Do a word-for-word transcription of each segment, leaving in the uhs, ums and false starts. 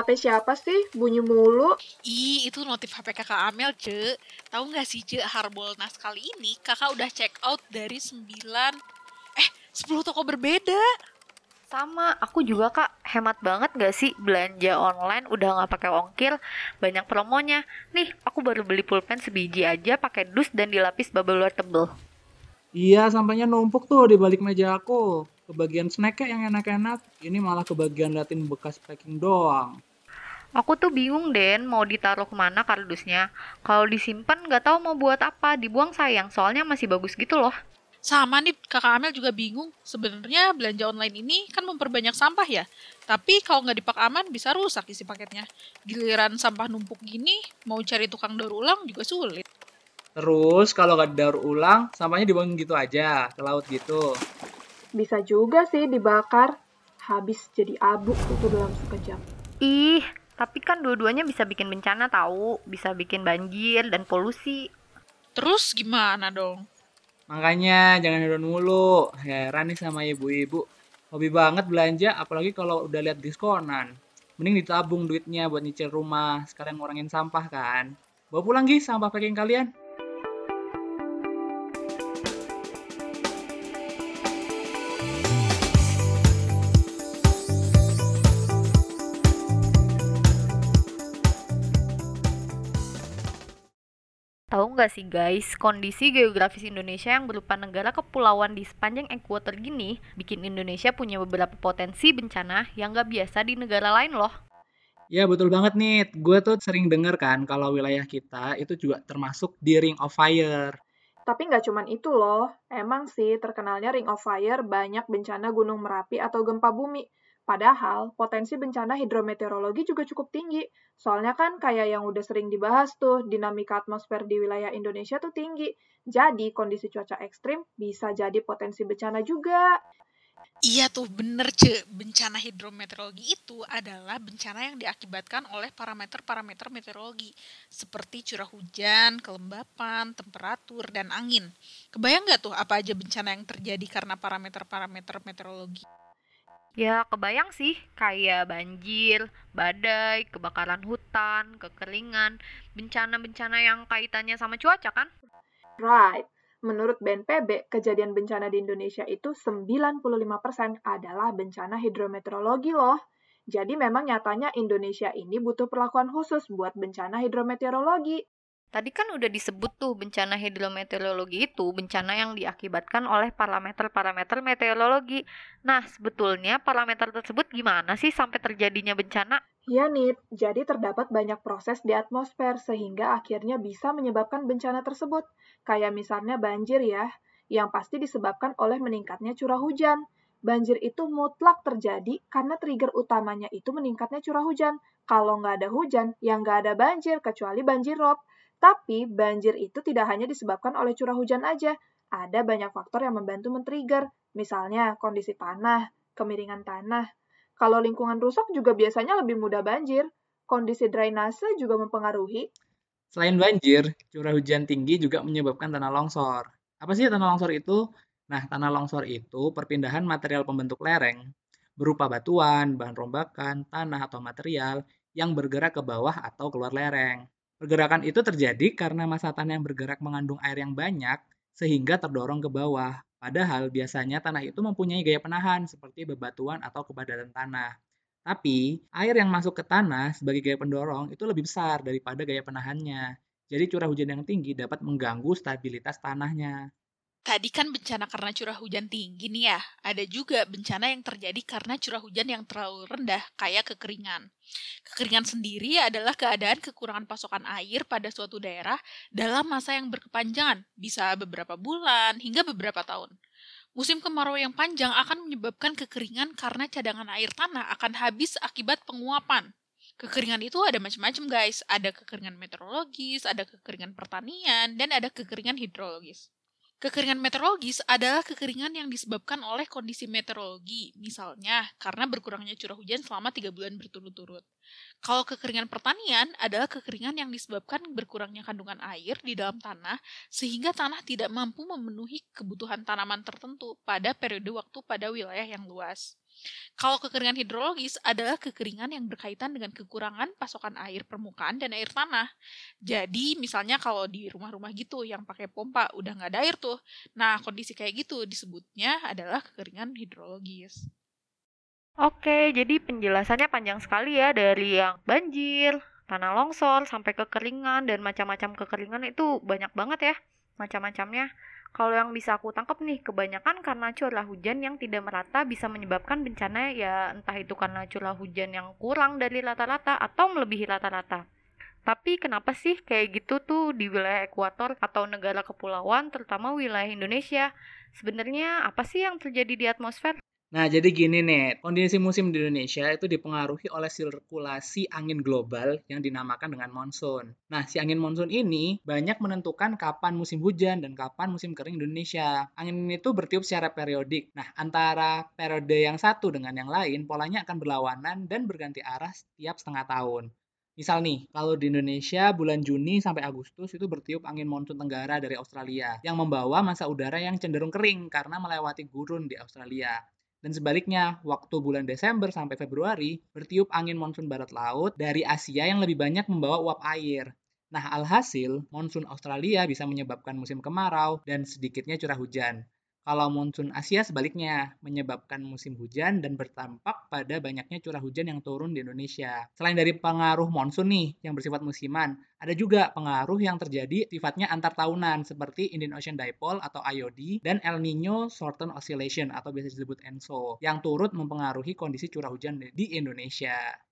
H P siapa sih? Bunyi mulu. Ih, itu notif H P kakak Amel, Ce. Tahu nggak sih, Ce, Harbolnas kali ini kakak udah check out dari sembilan, eh, sepuluh toko berbeda. Sama, aku juga kak, hemat banget gak sih belanja online udah gak pakai ongkir, banyak promonya. Nih, aku baru beli pulpen sebiji aja pakai dus dan dilapis bubble wrap tebel. Iya, sampahnya numpuk tuh di balik meja aku. Kebagian snacknya yang enak-enak, ini malah kebagian liatin bekas packing doang. Aku tuh bingung Den, mau ditaruh kemana kardusnya. Kalau disimpan gak tahu mau buat apa, dibuang sayang, soalnya masih bagus gitu loh. Sama nih, kakak Amel juga bingung. Sebenarnya belanja online ini kan memperbanyak sampah ya. Tapi kalau nggak dipak aman bisa rusak isi paketnya. Giliran sampah numpuk gini, mau cari tukang daur ulang juga sulit. Terus kalau nggak didaur ulang, sampahnya dibuang gitu aja, ke laut gitu. Bisa juga sih dibakar. Habis jadi abu itu dalam sekejap. Ih, tapi kan dua-duanya bisa bikin bencana tahu, bisa bikin banjir dan polusi. Terus gimana dong? Makanya jangan hedon mulu. Heran nih sama ibu-ibu. Hobi banget belanja, apalagi kalau udah lihat diskonan. Mending ditabung duitnya buat nyicil rumah, sekalian ngurangin sampah kan. Bawa pulang Gi sampah packing kalian. Tahu nggak sih guys, kondisi geografis Indonesia yang berupa negara kepulauan di sepanjang ekuator gini, bikin Indonesia punya beberapa potensi bencana yang nggak biasa di negara lain loh. Ya betul banget nih, gue tuh sering denger kan kalau wilayah kita itu juga termasuk di Ring of Fire. Tapi nggak cuman itu loh. Emang sih terkenalnya Ring of Fire banyak bencana gunung Merapi atau gempa bumi. Padahal potensi bencana hidrometeorologi juga cukup tinggi. Soalnya kan kayak yang udah sering dibahas tuh, dinamika atmosfer di wilayah Indonesia tuh tinggi. Jadi kondisi cuaca ekstrim bisa jadi potensi bencana juga. Iya tuh, bener Ce. Bencana hidrometeorologi itu adalah bencana yang diakibatkan oleh parameter-parameter meteorologi, seperti curah hujan, kelembapan, temperatur, dan angin. Kebayang nggak tuh apa aja bencana yang terjadi karena parameter-parameter meteorologi? Ya kebayang sih, kayak banjir, badai, kebakaran hutan, kekeringan, bencana-bencana yang kaitannya sama cuaca kan? Right. Menurut B N P B, kejadian bencana di Indonesia itu sembilan puluh lima persen adalah bencana hidrometeorologi loh. Jadi memang nyatanya Indonesia ini butuh perlakuan khusus buat bencana hidrometeorologi. Tadi kan udah disebut tuh bencana hidrometeorologi itu bencana yang diakibatkan oleh parameter-parameter meteorologi. Nah, sebetulnya parameter tersebut gimana sih sampai terjadinya bencana? Ya, Nit. Jadi terdapat banyak proses di atmosfer sehingga akhirnya bisa menyebabkan bencana tersebut. Kayak misalnya banjir ya, yang pasti disebabkan oleh meningkatnya curah hujan. Banjir itu mutlak terjadi karena trigger utamanya itu meningkatnya curah hujan. Kalau nggak ada hujan, ya nggak ada banjir, kecuali banjir rob. Tapi banjir itu tidak hanya disebabkan oleh curah hujan aja. Ada banyak faktor yang membantu men-trigger. Misalnya kondisi tanah, kemiringan tanah. Kalau lingkungan rusak juga biasanya lebih mudah banjir. Kondisi drainase juga mempengaruhi. Selain banjir, curah hujan tinggi juga menyebabkan tanah longsor. Apa sih tanah longsor itu? Nah, tanah longsor itu perpindahan material pembentuk lereng berupa batuan, bahan rombakan, tanah atau material yang bergerak ke bawah atau keluar lereng. Pergerakan itu terjadi karena massa tanah yang bergerak mengandung air yang banyak sehingga terdorong ke bawah. Padahal biasanya tanah itu mempunyai gaya penahan seperti bebatuan atau kepadatan tanah. Tapi, air yang masuk ke tanah sebagai gaya pendorong itu lebih besar daripada gaya penahannya. Jadi curah hujan yang tinggi dapat mengganggu stabilitas tanahnya. Tadi kan bencana karena curah hujan tinggi nih ya. Ada juga bencana yang terjadi karena curah hujan yang terlalu rendah, kayak kekeringan. Kekeringan sendiri adalah keadaan kekurangan pasokan air pada suatu daerah dalam masa yang berkepanjangan, bisa beberapa bulan hingga beberapa tahun. Musim kemarau yang panjang akan menyebabkan kekeringan karena cadangan air tanah akan habis akibat penguapan. Kekeringan itu ada macam-macam guys, ada kekeringan meteorologis, ada kekeringan pertanian, dan ada kekeringan hidrologis. Kekeringan meteorologis adalah kekeringan yang disebabkan oleh kondisi meteorologi, misalnya karena berkurangnya curah hujan selama tiga bulan berturut-turut. Kalau kekeringan pertanian adalah kekeringan yang disebabkan berkurangnya kandungan air di dalam tanah sehingga tanah tidak mampu memenuhi kebutuhan tanaman tertentu pada periode waktu pada wilayah yang luas. Kalau kekeringan hidrologis adalah kekeringan yang berkaitan dengan kekurangan pasokan air permukaan dan air tanah. Jadi misalnya kalau di rumah-rumah gitu yang pakai pompa udah nggak ada air tuh. Nah kondisi kayak gitu disebutnya adalah kekeringan hidrologis. Oke, jadi penjelasannya panjang sekali ya dari yang banjir, tanah longsor, sampai kekeringan, dan macam-macam kekeringan itu banyak banget ya macam-macamnya. Kalau yang bisa aku tangkap nih, kebanyakan karena curah hujan yang tidak merata bisa menyebabkan bencana ya entah itu karena curah hujan yang kurang dari rata-rata atau melebihi rata-rata. Tapi kenapa sih kayak gitu tuh di wilayah ekuator atau negara kepulauan, terutama wilayah Indonesia? Sebenarnya apa sih yang terjadi di atmosfer? Nah, jadi gini nih, kondisi musim di Indonesia itu dipengaruhi oleh sirkulasi angin global yang dinamakan dengan monsun. Nah, si angin monsun ini banyak menentukan kapan musim hujan dan kapan musim kering di Indonesia. Angin ini tuh bertiup secara periodik. Nah, antara periode yang satu dengan yang lain, polanya akan berlawanan dan berganti arah setiap setengah tahun. Misal nih, kalau di Indonesia bulan Juni sampai Agustus itu bertiup angin monsun tenggara dari Australia yang membawa massa udara yang cenderung kering karena melewati gurun di Australia. Dan sebaliknya, waktu bulan Desember sampai Februari, bertiup angin monsun barat laut dari Asia yang lebih banyak membawa uap air. Nah, alhasil, monsun Australia bisa menyebabkan musim kemarau dan sedikitnya curah hujan. Kalau monsun Asia sebaliknya, menyebabkan musim hujan dan bertampak pada banyaknya curah hujan yang turun di Indonesia. Selain dari pengaruh monsun nih, yang bersifat musiman, ada juga pengaruh yang terjadi sifatnya antar tahunan, seperti Indian Ocean Dipole atau I O D, dan El Niño Shorten Oscillation atau biasa disebut ENSO, yang turut mempengaruhi kondisi curah hujan di Indonesia.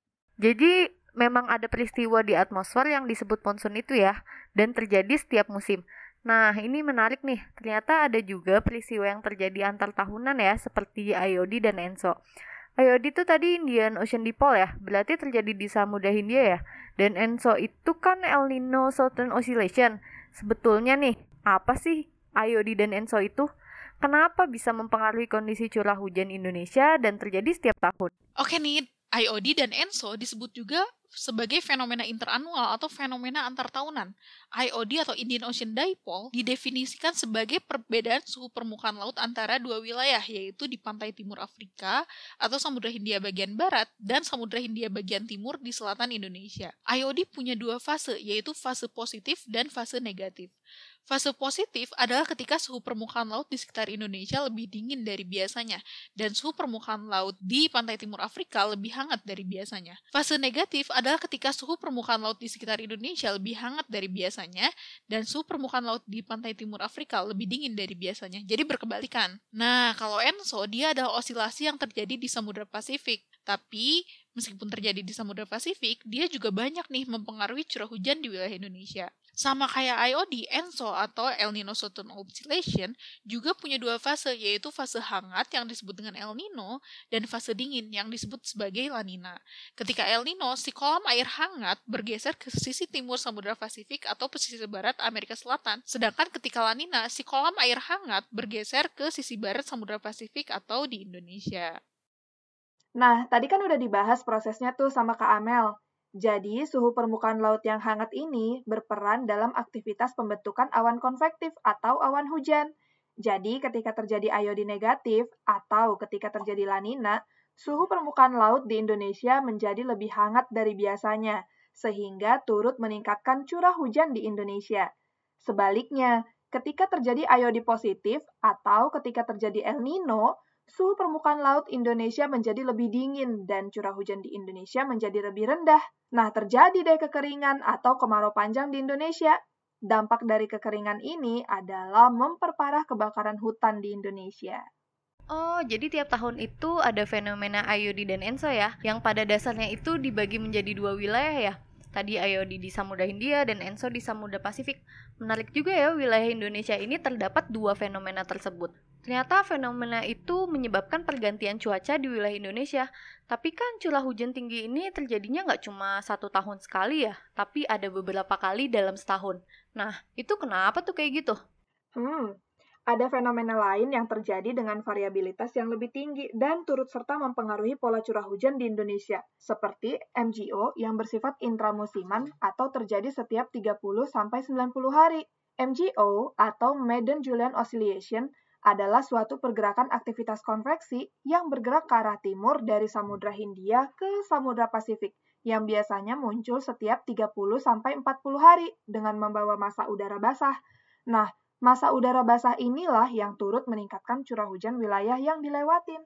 Jadi memang ada peristiwa di atmosfer yang disebut monsun itu ya, dan terjadi setiap musim. Nah, ini menarik nih. Ternyata ada juga peristiwa yang terjadi antar tahunan ya, seperti I O D dan ENSO. I O D itu tadi Indian Ocean Dipole ya, berarti terjadi di Samudra Hindia ya. Dan ENSO itu kan El Niño Southern Oscillation. Sebetulnya nih, apa sih I O D dan ENSO itu? Kenapa bisa mempengaruhi kondisi curah hujan Indonesia dan terjadi setiap tahun? Oke nih, I O D dan ENSO disebut juga sebagai fenomena interanual atau fenomena antar tahunan. I O D atau Indian Ocean Dipole didefinisikan sebagai perbedaan suhu permukaan laut antara dua wilayah, yaitu di pantai timur Afrika atau Samudra Hindia bagian barat dan Samudra Hindia bagian timur di selatan Indonesia. I O D punya dua fase, yaitu fase positif dan fase negatif. Fase positif adalah ketika suhu permukaan laut di sekitar Indonesia lebih dingin dari biasanya, dan suhu permukaan laut di pantai timur Afrika lebih hangat dari biasanya. Fase negatif adalah ketika suhu permukaan laut di sekitar Indonesia lebih hangat dari biasanya, dan suhu permukaan laut di pantai timur Afrika lebih dingin dari biasanya. Jadi berkebalikan. Nah, kalau ENSO, dia adalah osilasi yang terjadi di Samudra Pasifik. Tapi, meskipun terjadi di Samudra Pasifik, dia juga banyak nih mempengaruhi curah hujan di wilayah Indonesia. Sama kayak I O D, ENSO atau El Niño Southern Oscillation juga punya dua fase, yaitu fase hangat yang disebut dengan El Niño dan fase dingin yang disebut sebagai La Nina. Ketika El Niño, si kolam air hangat bergeser ke sisi timur Samudra Pasifik atau pesisir barat Amerika Selatan. Sedangkan ketika La Nina, si kolam air hangat bergeser ke sisi barat Samudra Pasifik atau di Indonesia. Nah, tadi kan udah dibahas prosesnya tuh sama Kak Amel. Jadi, suhu permukaan laut yang hangat ini berperan dalam aktivitas pembentukan awan konvektif atau awan hujan. Jadi, ketika terjadi I O D negatif atau ketika terjadi La Nina, suhu permukaan laut di Indonesia menjadi lebih hangat dari biasanya, sehingga turut meningkatkan curah hujan di Indonesia. Sebaliknya, ketika terjadi I O D positif atau ketika terjadi El Niño, suhu permukaan laut Indonesia menjadi lebih dingin dan curah hujan di Indonesia menjadi lebih rendah. Nah, terjadi deh kekeringan atau kemarau panjang di Indonesia. Dampak dari kekeringan ini adalah memperparah kebakaran hutan di Indonesia. Oh, jadi tiap tahun itu ada fenomena I O D dan ENSO ya, yang pada dasarnya itu dibagi menjadi dua wilayah ya. Tadi I O D di Samudra Hindia dan ENSO di Samudra Pasifik. Menarik juga ya, wilayah Indonesia ini terdapat dua fenomena tersebut. Ternyata fenomena itu menyebabkan pergantian cuaca di wilayah Indonesia. Tapi kan curah hujan tinggi ini terjadinya nggak cuma satu tahun sekali ya, tapi ada beberapa kali dalam setahun. Nah, itu kenapa tuh kayak gitu? Hmm, Ada fenomena lain yang terjadi dengan variabilitas yang lebih tinggi dan turut serta mempengaruhi pola curah hujan di Indonesia, seperti M G O yang bersifat intramusiman atau terjadi setiap tiga puluh sampai sembilan puluh hari. M G O atau Madden-Julian Oscillation adalah suatu pergerakan aktivitas konveksi yang bergerak ke arah timur dari Samudra Hindia ke Samudra Pasifik, yang biasanya muncul setiap tiga puluh sampai empat puluh hari dengan membawa massa udara basah. Nah, massa udara basah inilah yang turut meningkatkan curah hujan wilayah yang dilewatin.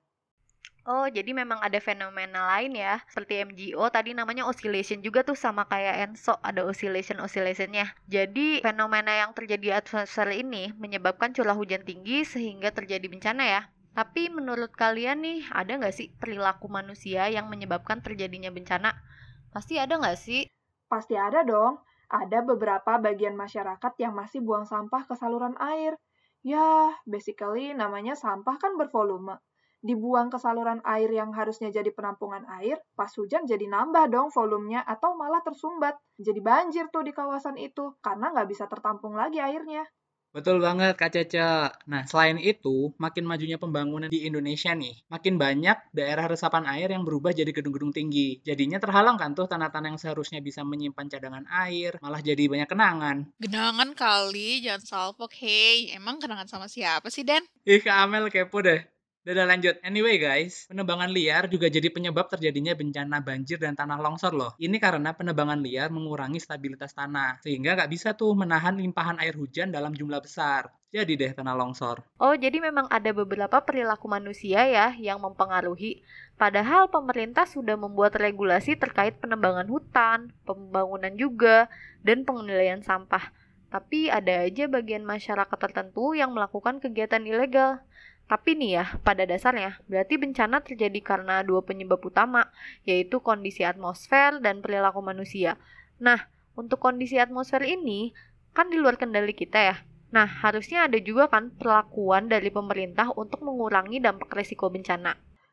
Oh, jadi memang ada fenomena lain ya, seperti M G O tadi namanya oscillation juga tuh, sama kayak ENSO, ada oscillation-oscillationnya. Jadi fenomena yang terjadi di atmosfer ini menyebabkan curah hujan tinggi sehingga terjadi bencana ya. Tapi menurut kalian nih, ada nggak sih perilaku manusia yang menyebabkan terjadinya bencana? Pasti ada nggak sih? Pasti ada dong. Ada beberapa bagian masyarakat yang masih buang sampah ke saluran air. Ya, basically namanya sampah kan bervolume. Dibuang ke saluran air yang harusnya jadi penampungan air, pas hujan jadi nambah dong volumenya atau malah tersumbat. Jadi banjir tuh di kawasan itu, karena nggak bisa tertampung lagi airnya. Betul banget, Kak Cece. Nah, selain itu, makin majunya pembangunan di Indonesia nih, makin banyak daerah resapan air yang berubah jadi gedung-gedung tinggi. Jadinya terhalang kan tuh tanah-tanah yang seharusnya bisa menyimpan cadangan air, malah jadi banyak kenangan. Genangan kali, jangan salfok, hey. Emang kenangan sama siapa sih, Dan? Ih, Kak Amel kepo deh. Udah lanjut. Anyway guys, penebangan liar juga jadi penyebab terjadinya bencana banjir dan tanah longsor loh. Ini karena penebangan liar mengurangi stabilitas tanah, sehingga nggak bisa tuh menahan limpahan air hujan dalam jumlah besar. Jadi deh tanah longsor. Oh, jadi memang ada beberapa perilaku manusia ya yang mempengaruhi. Padahal pemerintah sudah membuat regulasi terkait penebangan hutan, pembangunan juga, dan pengendalian sampah. Tapi ada aja bagian masyarakat tertentu yang melakukan kegiatan ilegal. Tapi nih ya, pada dasarnya, berarti bencana terjadi karena dua penyebab utama, yaitu kondisi atmosfer dan perilaku manusia. Nah, untuk kondisi atmosfer ini, kan di luar kendali kita ya. Nah, harusnya ada juga kan perlakuan dari pemerintah untuk mengurangi dampak resiko bencana.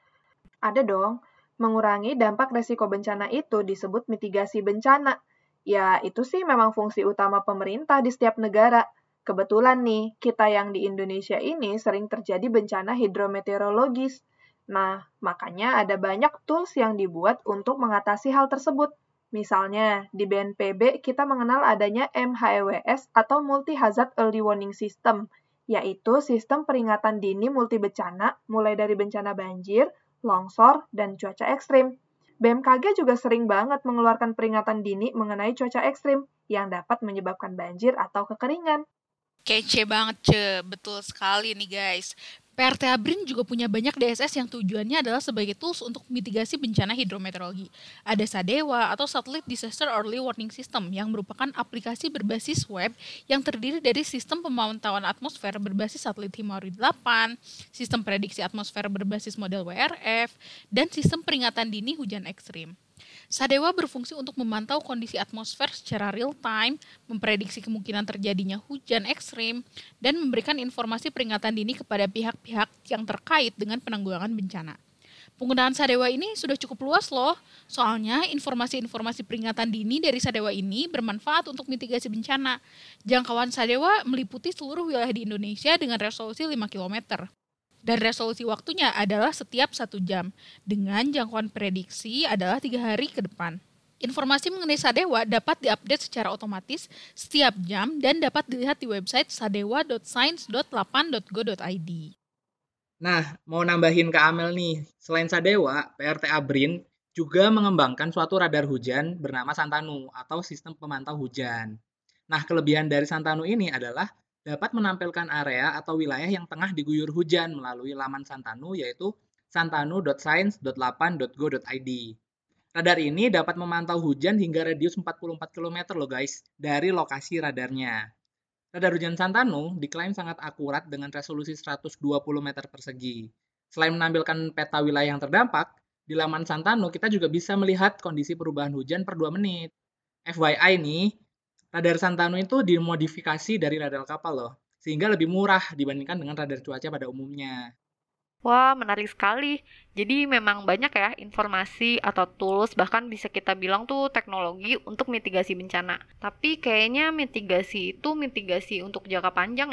Ada dong, mengurangi dampak resiko bencana itu disebut mitigasi bencana. Ya, itu sih memang fungsi utama pemerintah di setiap negara. Kebetulan nih, kita yang di Indonesia ini sering terjadi bencana hidrometeorologis. Nah, makanya ada banyak tools yang dibuat untuk mengatasi hal tersebut. Misalnya, di B N P B kita mengenal adanya M H E W S atau Multi Hazard Early Warning System, yaitu sistem peringatan dini multi bencana mulai dari bencana banjir, longsor, dan cuaca ekstrim. B M K G juga sering banget mengeluarkan peringatan dini mengenai cuaca ekstrim yang dapat menyebabkan banjir atau kekeringan. Kece banget, Ce. Betul sekali nih, guys. P R T A B R I N juga punya banyak D S S yang tujuannya adalah sebagai tools untuk mitigasi bencana hidrometeorologi. Ada SADEWA atau Satellite Disaster Early Warning System yang merupakan aplikasi berbasis web yang terdiri dari sistem pemantauan atmosfer berbasis satelit Himawari delapan, sistem prediksi atmosfer berbasis model W R F, dan sistem peringatan dini hujan ekstrim. SADEWA berfungsi untuk memantau kondisi atmosfer secara real-time, memprediksi kemungkinan terjadinya hujan ekstrim, dan memberikan informasi peringatan dini kepada pihak-pihak yang terkait dengan penanggulangan bencana. Penggunaan SADEWA ini sudah cukup luas loh, soalnya informasi-informasi peringatan dini dari SADEWA ini bermanfaat untuk mitigasi bencana. Jangkauan SADEWA meliputi seluruh wilayah di Indonesia dengan resolusi lima kilometer. Dan resolusi waktunya adalah setiap satu jam, dengan jangkauan prediksi adalah tiga hari ke depan. Informasi mengenai SADEWA dapat diupdate secara otomatis setiap jam dan dapat dilihat di website sadewa dot science dot lapan dot go dot i d. Nah, mau nambahin ke Amel nih, selain SADEWA, P R T A B R I N juga mengembangkan suatu radar hujan bernama Santanu atau sistem pemantau hujan. Nah, kelebihan dari Santanu ini adalah dapat menampilkan area atau wilayah yang tengah diguyur hujan melalui laman Santanu yaitu santanu dot science dot lapan dot go dot i d. Radar ini dapat memantau hujan hingga radius empat puluh empat kilometer loh guys, dari lokasi radarnya. Radar hujan Santanu diklaim sangat akurat dengan resolusi seratus dua puluh meter persegi. Selain menampilkan peta wilayah yang terdampak, di laman Santanu kita juga bisa melihat kondisi perubahan hujan per dua menit. F Y I nih, radar Santanu itu dimodifikasi dari radar kapal loh, sehingga lebih murah dibandingkan dengan radar cuaca pada umumnya. Wah, menarik sekali. Jadi memang banyak ya informasi atau tools, bahkan bisa kita bilang tuh teknologi untuk mitigasi bencana. Tapi kayaknya mitigasi itu mitigasi untuk jangka panjang ya.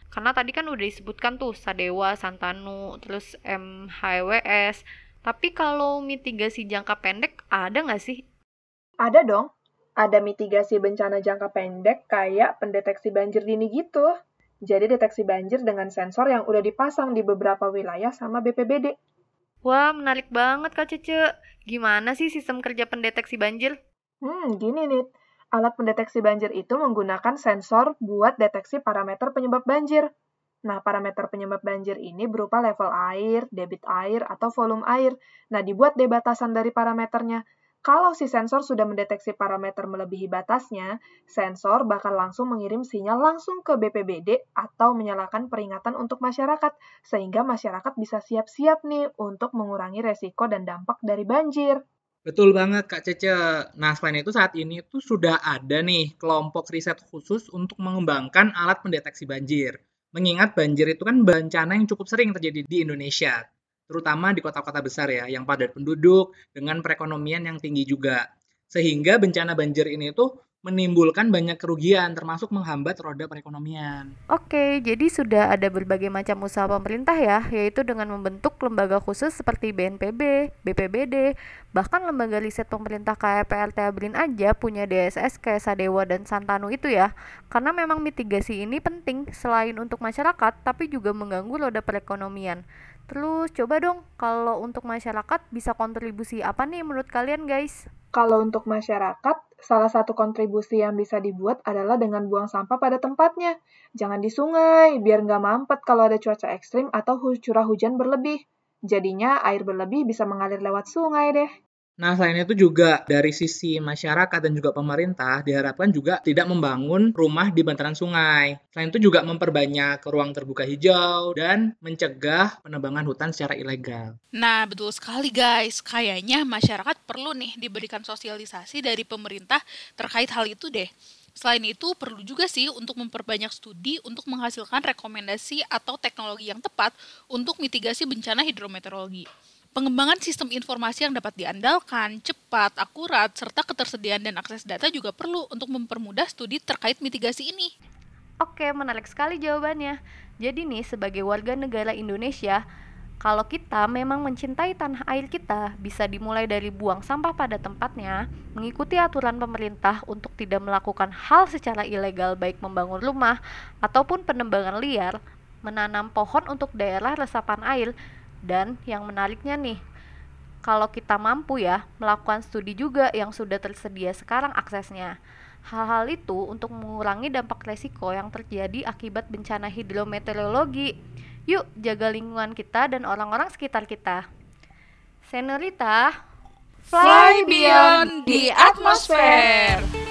Karena tadi kan udah disebutkan tuh Sadewa, Santanu, terus M H W S. Tapi kalau mitigasi jangka pendek ada nggak sih? Ada dong. Ada mitigasi bencana jangka pendek kayak pendeteksi banjir dini gitu. Jadi deteksi banjir dengan sensor yang udah dipasang di beberapa wilayah sama B P B D. Wah, menarik banget Kak Cece. Gimana sih sistem kerja pendeteksi banjir? Hmm, gini nih. Alat pendeteksi banjir itu menggunakan sensor buat deteksi parameter penyebab banjir. Nah, parameter penyebab banjir ini berupa level air, debit air, atau volume air. Nah, dibuat deh batasan dari parameternya. Kalau si sensor sudah mendeteksi parameter melebihi batasnya, sensor bakal langsung mengirim sinyal langsung ke B P B D atau menyalakan peringatan untuk masyarakat, sehingga masyarakat bisa siap-siap nih untuk mengurangi resiko dan dampak dari banjir. Betul banget Kak Cece. Nah, selain itu saat ini tuh sudah ada nih kelompok riset khusus untuk mengembangkan alat pendeteksi banjir. Mengingat banjir itu kan bencana yang cukup sering terjadi di Indonesia, terutama di kota-kota besar ya, yang padat penduduk dengan perekonomian yang tinggi juga. Sehingga bencana banjir ini tuh menimbulkan banyak kerugian, termasuk menghambat roda perekonomian. Oke, jadi sudah ada berbagai macam usaha pemerintah ya, yaitu dengan membentuk lembaga khusus seperti B N P B, B P B D, bahkan lembaga riset pemerintah kayak P L T A BRIN aja punya D S S kayak Sadewa dan Santanu itu ya. Karena memang mitigasi ini penting selain untuk masyarakat, tapi juga mengganggu roda perekonomian. Terus coba dong, kalau untuk masyarakat bisa kontribusi apa nih menurut kalian guys? Kalau untuk masyarakat, salah satu kontribusi yang bisa dibuat adalah dengan buang sampah pada tempatnya. Jangan di sungai, biar nggak mampet kalau ada cuaca ekstrim atau hu- curah hujan berlebih. Jadinya air berlebih bisa mengalir lewat sungai deh. Nah, selain itu juga dari sisi masyarakat dan juga pemerintah diharapkan juga tidak membangun rumah di bantaran sungai. Selain itu juga memperbanyak ruang terbuka hijau dan mencegah penebangan hutan secara ilegal. Nah, betul sekali guys. Kayaknya masyarakat perlu nih diberikan sosialisasi dari pemerintah terkait hal itu deh. Selain itu, perlu juga sih untuk memperbanyak studi untuk menghasilkan rekomendasi atau teknologi yang tepat untuk mitigasi bencana hidrometeorologi. Pengembangan sistem informasi yang dapat diandalkan, cepat, akurat, serta ketersediaan dan akses data juga perlu untuk mempermudah studi terkait mitigasi ini. Oke, menarik sekali jawabannya. Jadi nih, sebagai warga negara Indonesia, kalau kita memang mencintai tanah air kita, bisa dimulai dari buang sampah pada tempatnya, mengikuti aturan pemerintah untuk tidak melakukan hal secara ilegal baik membangun rumah ataupun penebangan liar, menanam pohon untuk daerah resapan air, dan yang menariknya nih, kalau kita mampu ya, melakukan studi juga yang sudah tersedia sekarang aksesnya. Hal-hal itu untuk mengurangi dampak resiko yang terjadi akibat bencana hidrometeorologi. Yuk, jaga lingkungan kita dan orang-orang sekitar kita. Senorita, Fly beyond the atmosphere.